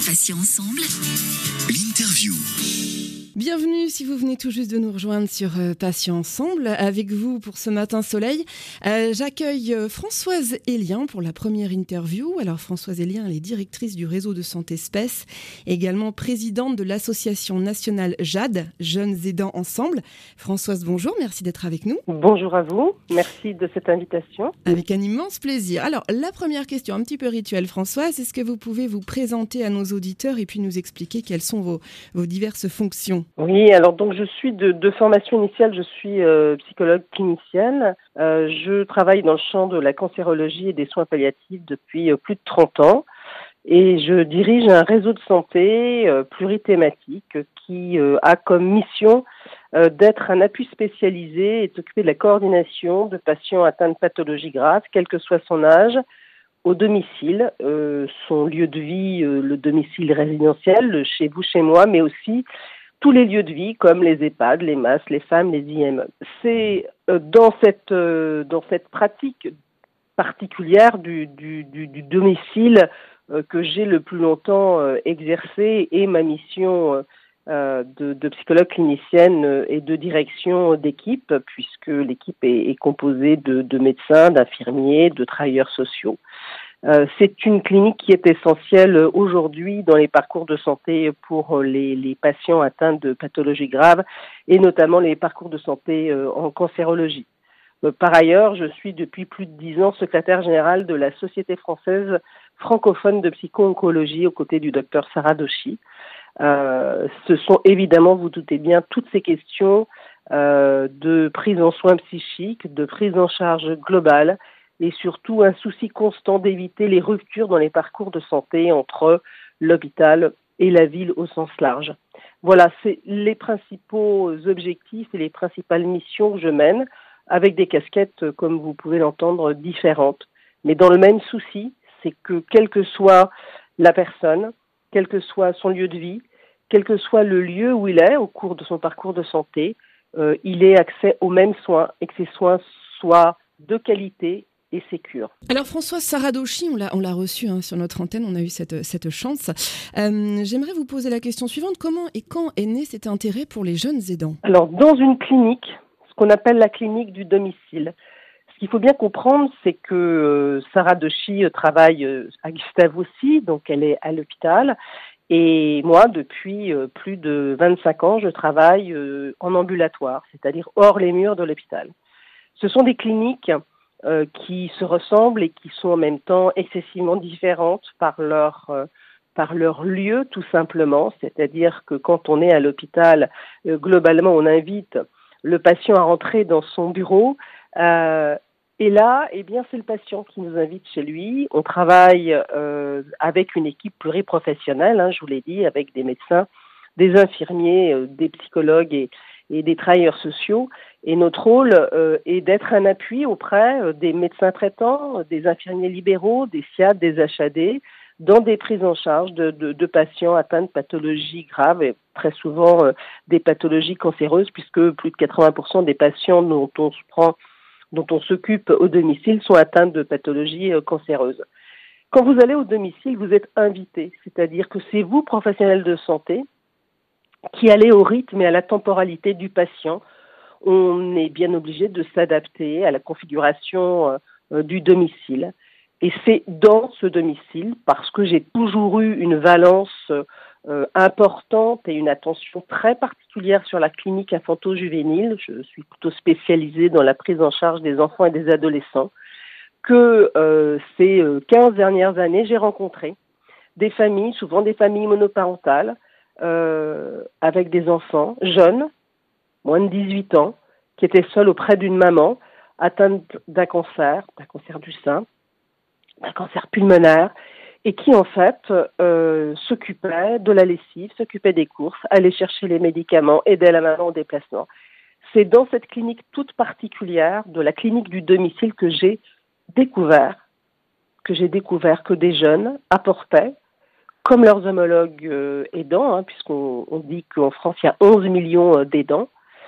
Patients ensemble. L'interview. Bienvenue si vous venez tout juste de nous rejoindre sur Patients ensemble. Avec vous pour ce matin soleil, j'accueille Françoise Élien pour la première interview. Alors Françoise Élien, elle est directrice du réseau de santé SPES, également présidente de l'association nationale JAD, Jeunes Aidants Ensemble. Françoise, bonjour, merci d'être avec nous. Bonjour à vous, merci de cette invitation. Avec un immense plaisir. Alors la première question, un petit peu rituelle Françoise, est-ce que vous pouvez vous présenter à nos auditeurs et puis nous expliquer quelles sont vos diverses fonctions ? Oui, alors donc je suis de formation initiale, je suis psychologue clinicienne. Je travaille dans le champ de la cancérologie et des soins palliatifs depuis plus de 30 ans. Et je dirige un réseau de santé plurithématique qui a comme mission d'être un appui spécialisé et de s'occuper de la coordination de patients atteints de pathologies graves, quel que soit son âge, au domicile, son lieu de vie, le domicile résidentiel, chez vous, chez moi, mais aussi tous les lieux de vie comme les EHPAD, les MAS, les femmes, les IME. C'est dans cette pratique particulière du domicile que j'ai le plus longtemps exercé, et ma mission de psychologue clinicienne et de direction d'équipe, puisque l'équipe est composée de médecins, d'infirmiers, de travailleurs sociaux. C'est une clinique qui est essentielle aujourd'hui dans les parcours de santé pour les patients atteints de pathologies graves et notamment les parcours de santé en cancérologie. Par ailleurs, je suis depuis plus de 10 ans secrétaire générale de la Société française francophone de psycho-oncologie aux côtés du docteur Saradoshi. Ce sont évidemment, vous doutez bien, toutes ces questions de prise en soins psychiques, de prise en charge globale, et surtout un souci constant d'éviter les ruptures dans les parcours de santé entre l'hôpital et la ville au sens large. Voilà, c'est les principaux objectifs et les principales missions que je mène, avec des casquettes, comme vous pouvez l'entendre, différentes. Mais dans le même souci, c'est que quelle que soit la personne, quel que soit son lieu de vie, quel que soit le lieu où il est au cours de son parcours de santé, il ait accès aux mêmes soins et que ces soins soient de qualité et sécure. Alors Françoise Saradoshi, on l'a reçue sur notre antenne, on a eu cette chance. J'aimerais vous poser la question suivante, comment et quand est né cet intérêt pour les jeunes aidants ? Alors dans une clinique, ce qu'on appelle la clinique du domicile, ce qu'il faut bien comprendre, c'est que Saradoshi travaille à Gustave aussi, donc elle est à l'hôpital, et moi depuis plus de 25 ans, je travaille en ambulatoire, c'est-à-dire hors les murs de l'hôpital. Ce sont des cliniques qui se ressemblent et qui sont en même temps excessivement différentes par leur lieu tout simplement, c'est-à-dire que quand on est à l'hôpital, globalement on invite le patient à rentrer dans son bureau et là, eh bien c'est le patient qui nous invite chez lui. On travaille avec une équipe pluriprofessionnelle, je vous l'ai dit, avec des médecins, des infirmiers, des psychologues et des travailleurs sociaux. Et notre rôle est d'être un appui auprès des médecins traitants, des infirmiers libéraux, des SIAD, des HAD, dans des prises en charge de patients atteints de pathologies graves et très souvent des pathologies cancéreuses, puisque plus de 80% des patients dont on s'occupe au domicile sont atteints de pathologies cancéreuses. Quand vous allez au domicile, vous êtes invité, c'est-à-dire que c'est vous, professionnels de santé, qui allez au rythme et à la temporalité du patient. On est bien obligé de s'adapter à la configuration du domicile. Et c'est dans ce domicile, parce que j'ai toujours eu une valence importante et une attention très particulière sur la clinique infanto-juvénile, je suis plutôt spécialisée dans la prise en charge des enfants et des adolescents, que ces 15 dernières années, j'ai rencontré des familles, souvent des familles monoparentales, avec des enfants jeunes, moins de 18 ans, qui étaient seuls auprès d'une maman atteinte d'un cancer du sein, d'un cancer pulmonaire, et qui en fait s'occupaient de la lessive, s'occupaient des courses, allaient chercher les médicaments, aidaient la maman au déplacement. C'est dans cette clinique toute particulière, de la clinique du domicile, que j'ai découvert que des jeunes apportaient, comme leurs homologues aidants, puisqu'on dit qu'en France il y a 11 millions d'aidants,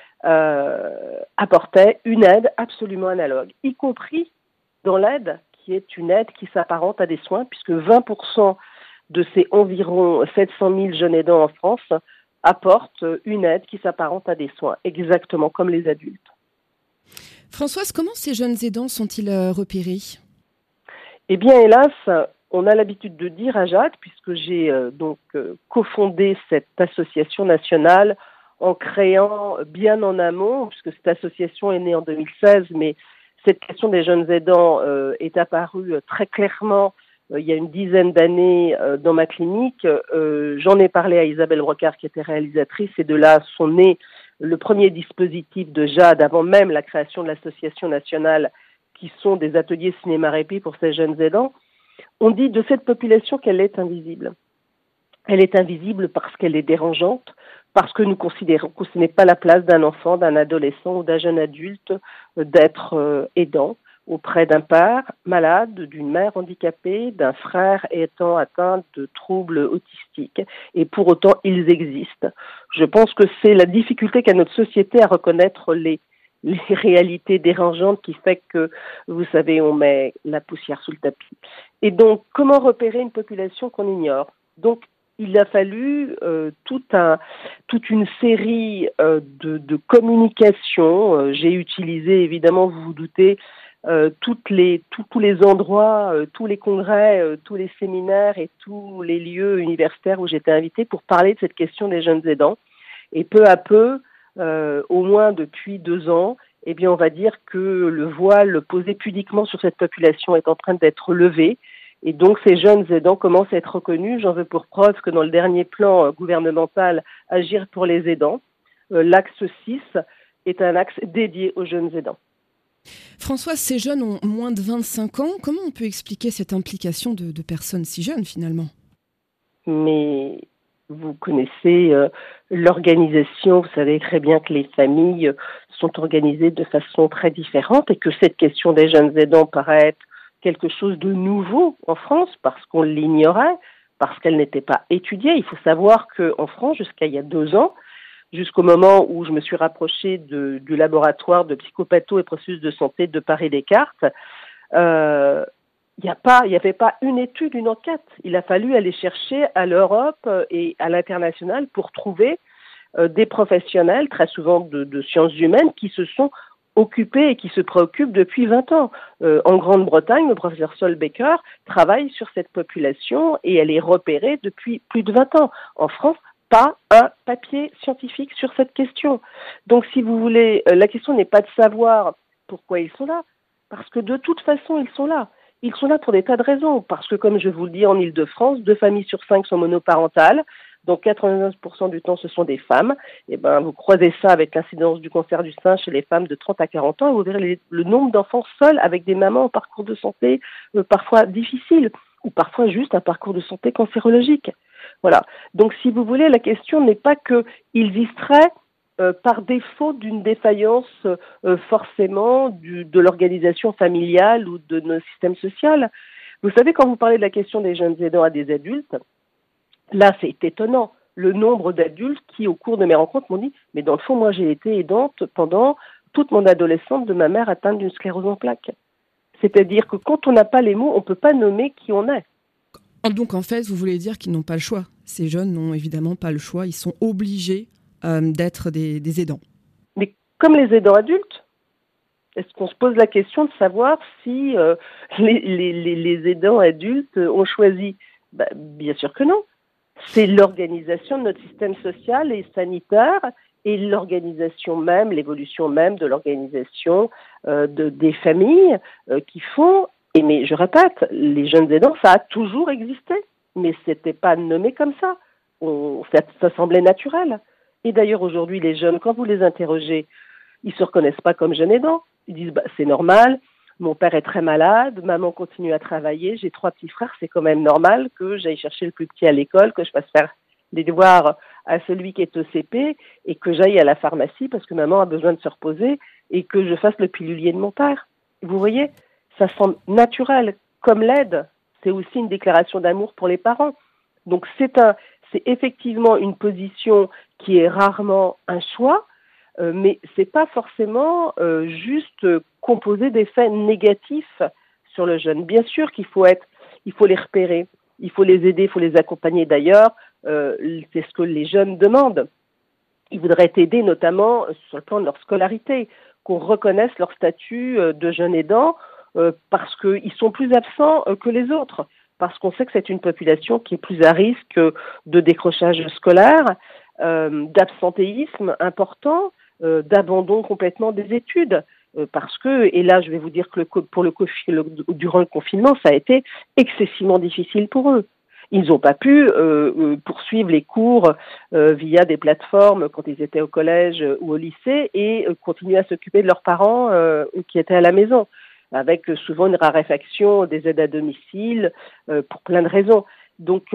apportaient une aide absolument analogue, y compris dans l'aide qui est une aide qui s'apparente à des soins, puisque 20% de ces environ 700 000 jeunes aidants en France apportent une aide qui s'apparente à des soins, exactement comme les adultes. Françoise, comment ces jeunes aidants sont-ils repérés ? Eh bien, hélas, on a l'habitude de dire à Jacques, puisque j'ai cofondé cette association nationale en créant bien en amont, puisque cette association est née en 2016, mais cette question des jeunes aidants est apparue très clairement il y a une dizaine d'années dans ma clinique. J'en ai parlé à Isabelle Brocard, qui était réalisatrice, et de là sont nés le premier dispositif de Jade, avant même la création de l'association nationale, qui sont des ateliers cinéma-répit pour ces jeunes aidants. On dit de cette population qu'elle est invisible. Elle est invisible parce qu'elle est dérangeante, parce que nous considérons que ce n'est pas la place d'un enfant, d'un adolescent ou d'un jeune adulte d'être aidant auprès d'un père malade, d'une mère handicapée, d'un frère étant atteint de troubles autistiques. Et pour autant, ils existent. Je pense que c'est la difficulté qu'a notre société à reconnaître les réalités dérangeantes qui fait que, vous savez, on met la poussière sous le tapis. Et donc, comment repérer une population qu'on ignore ? Donc, il a fallu toute une série de communications. J'ai utilisé, évidemment, vous vous doutez, tous les endroits, tous les congrès, tous les séminaires et tous les lieux universitaires où j'étais invitée pour parler de cette question des jeunes aidants. Et peu à peu, au moins depuis 2 ans, eh bien, on va dire que le voile posé pudiquement sur cette population est en train d'être levé. Et donc, ces jeunes aidants commencent à être reconnus. J'en veux pour preuve que dans le dernier plan gouvernemental Agir pour les aidants, l'axe 6 est un axe dédié aux jeunes aidants. François, ces jeunes ont moins de 25 ans. Comment on peut expliquer cette implication de personnes si jeunes, finalement ? Mais vous connaissez l'organisation, vous savez très bien que les familles sont organisées de façon très différente et que cette question des jeunes aidants paraît être quelque chose de nouveau en France parce qu'on l'ignorait, parce qu'elle n'était pas étudiée. Il faut savoir qu'en France, jusqu'à il y a 2 ans, jusqu'au moment où je me suis rapprochée du laboratoire de psychopatho et processus de santé de Paris-Descartes, il n'y avait pas une étude, une enquête. Il a fallu aller chercher à l'Europe et à l'international pour trouver des professionnels, très souvent de sciences humaines, qui se sont occupés et qui se préoccupent depuis 20 ans. En Grande-Bretagne, le professeur Sol Baker travaille sur cette population et elle est repérée depuis plus de 20 ans. En France, pas un papier scientifique sur cette question. Donc, si vous voulez, la question n'est pas de savoir pourquoi ils sont là, parce que de toute façon, ils sont là. Ils sont là pour des tas de raisons, parce que, comme je vous le dis, en Île-de-France, 2 familles sur 5 sont monoparentales, donc 99% du temps, ce sont des femmes. Et ben, vous croisez ça avec l'incidence du cancer du sein chez les femmes de 30 à 40 ans, et vous verrez le nombre d'enfants seuls avec des mamans en parcours de santé parfois difficile, ou parfois juste un parcours de santé cancérologique. Voilà. Donc, si vous voulez, la question n'est pas qu'ils y seraient par défaut d'une défaillance forcément de l'organisation familiale ou de nos systèmes sociaux. Vous savez, quand vous parlez de la question des jeunes aidants à des adultes, là, c'est étonnant. Le nombre d'adultes qui, au cours de mes rencontres, m'ont dit « Mais dans le fond, moi, j'ai été aidante pendant toute mon adolescence de ma mère atteinte d'une sclérose en plaques. » C'est-à-dire que quand on n'a pas les mots, on ne peut pas nommer qui on est. Donc, en fait, vous voulez dire qu'ils n'ont pas le choix. Ces jeunes n'ont évidemment pas le choix. Ils sont obligés d'être des aidants. Mais comme les aidants adultes, est-ce qu'on se pose la question de savoir si les aidants adultes ont choisi ? Bien sûr que non. C'est l'organisation de notre système social et sanitaire et l'organisation même, l'évolution même de l'organisation des familles qui font. Mais je répète, les jeunes aidants, ça a toujours existé, mais c'était pas nommé comme ça. Ça semblait naturel. Et d'ailleurs, aujourd'hui, les jeunes, quand vous les interrogez, ils se reconnaissent pas comme jeunes aidants. Ils disent, c'est normal, mon père est très malade, maman continue à travailler, j'ai 3 petits frères, c'est quand même normal que j'aille chercher le plus petit à l'école, que je fasse faire les devoirs à celui qui est au CP et que j'aille à la pharmacie parce que maman a besoin de se reposer et que je fasse le pilulier de mon père. Vous voyez, ça semble naturel. Comme l'aide, c'est aussi une déclaration d'amour pour les parents. Donc c'est effectivement une position qui est rarement un choix, mais c'est pas forcément juste composer d'effets négatifs sur le jeune. Bien sûr qu'il faut les repérer. Il faut les aider, il faut les accompagner d'ailleurs. C'est ce que les jeunes demandent. Ils voudraient être aidés notamment sur le plan de leur scolarité, qu'on reconnaisse leur statut de jeune aidant parce qu'ils sont plus absents que les autres, parce qu'on sait que c'est une population qui est plus à risque de décrochage scolaire, d'absentéisme important, d'abandon complètement des études. Parce que, et là je vais vous dire que durant le confinement, ça a été excessivement difficile pour eux. Ils n'ont pas pu poursuivre les cours via des plateformes quand ils étaient au collège ou au lycée et continuer à s'occuper de leurs parents qui étaient à la maison, avec souvent une raréfaction des aides à domicile pour plein de raisons. Donc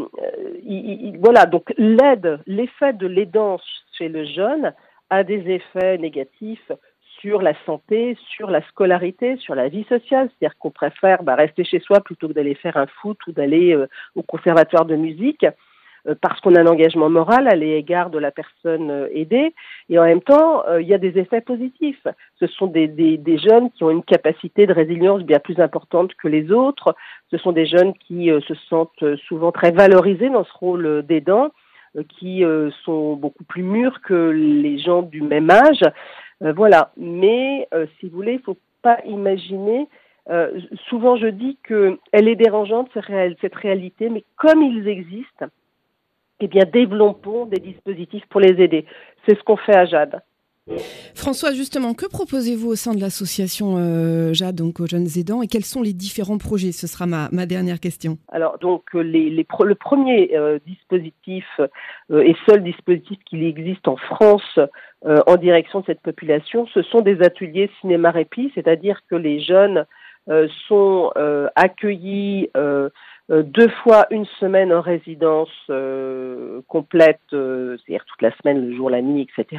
voilà, donc l'effet de l'aidance chez le jeune a des effets négatifs sur la santé, sur la scolarité, sur la vie sociale, c'est-à-dire qu'on préfère rester chez soi plutôt que d'aller faire un foot ou d'aller au conservatoire de musique, parce qu'on a un engagement moral à l'égard de la personne aidée, et en même temps, il y a des effets positifs. Ce sont des jeunes qui ont une capacité de résilience bien plus importante que les autres, ce sont des jeunes qui se sentent souvent très valorisés dans ce rôle d'aidant, qui sont beaucoup plus mûrs que les gens du même âge. Voilà, mais si vous voulez, il ne faut pas imaginer, souvent je dis qu'elle est dérangeante cette réalité, mais comme ils existent, eh bien développons des dispositifs pour les aider. C'est ce qu'on fait à Jade. François, justement, que proposez-vous au sein de l'association Jade, donc aux jeunes aidants, et quels sont les différents projets? Ce sera ma dernière question. Alors, donc, le premier dispositif et seul dispositif qui existe en France en direction de cette population, ce sont des ateliers cinéma-répit, c'est-à-dire que les jeunes sont accueillis 2 fois une semaine en résidence complète, c'est-à-dire toute la semaine, le jour, la nuit, etc.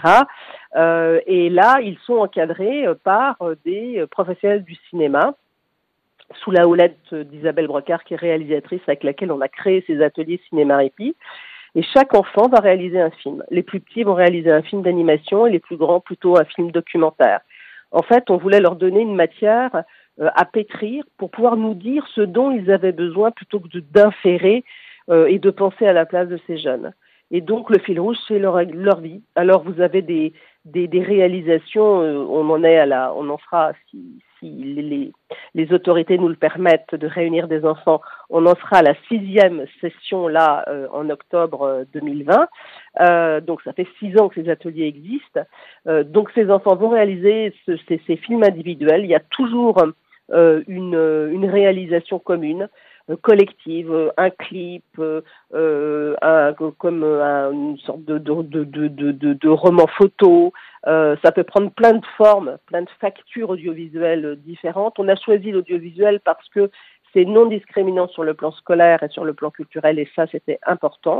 Et là, ils sont encadrés par des professionnels du cinéma, sous la houlette d'Isabelle Brocard, qui est réalisatrice avec laquelle on a créé ces ateliers cinéma-répit. Et chaque enfant va réaliser un film. Les plus petits vont réaliser un film d'animation et les plus grands plutôt un film documentaire. En fait, on voulait leur donner une matière à pétrir pour pouvoir nous dire ce dont ils avaient besoin plutôt que d'inférer et de penser à la place de ces jeunes. Et donc le fil rouge, c'est leur vie. Alors vous avez des réalisations, on en fera si les autorités nous le permettent de réunir des enfants, on en sera à la 6e session là en octobre 2020. Donc ça fait 6 ans que ces ateliers existent. Donc ces enfants vont réaliser ces films individuels. Il y a toujours une réalisation commune, collective, un clip, comme une sorte de roman photo. Ça peut prendre plein de formes, plein de factures audiovisuelles différentes. On a choisi l'audiovisuel parce que c'est non discriminant sur le plan scolaire et sur le plan culturel, et ça c'était important.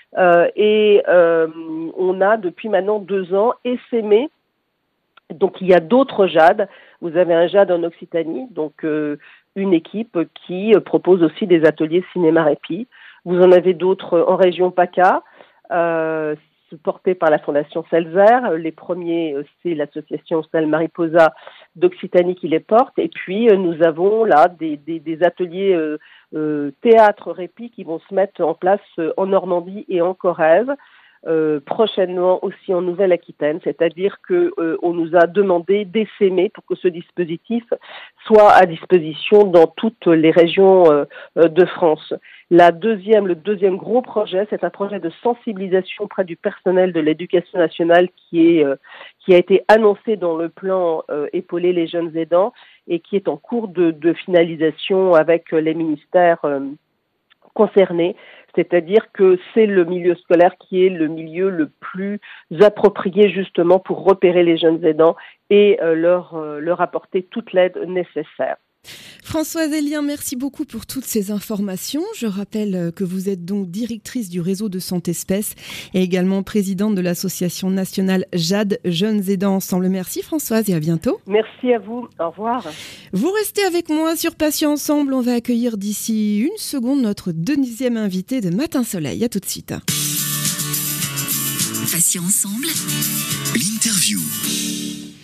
On a depuis maintenant 2 ans essaimé. Donc il y a d'autres JAD. Vous avez un JAD en Occitanie, donc une équipe qui propose aussi des ateliers cinéma-répit. Vous en avez d'autres en région PACA, portés par la Fondation Selzer. Les premiers, c'est l'association Stel Mariposa d'Occitanie qui les porte. Et puis nous avons là des ateliers théâtre-répit qui vont se mettre en place en Normandie et en Corrèze. Prochainement aussi en Nouvelle-Aquitaine, c'est-à-dire que on nous a demandé d'essaimer pour que ce dispositif soit à disposition dans toutes les régions de France. Le deuxième gros projet, c'est un projet de sensibilisation auprès du personnel de l'éducation nationale qui a été annoncé dans le plan Épauler les jeunes aidants et qui est en cours de finalisation avec les ministères concernés. C'est-à-dire que c'est le milieu scolaire qui est le milieu le plus approprié justement pour repérer les jeunes aidants et leur apporter toute l'aide nécessaire. Françoise Elien, merci beaucoup pour toutes ces informations. Je rappelle que vous êtes donc directrice du réseau de Santé Espèce et également présidente de l'association nationale Jade Jeunes Aidants Ensemble. Merci Françoise et à bientôt. Merci à vous, au revoir. Vous restez avec moi sur Patients Ensemble. On va accueillir d'ici une seconde notre 2e invité de Matin Soleil. À tout de suite. Patients Ensemble, l'interview.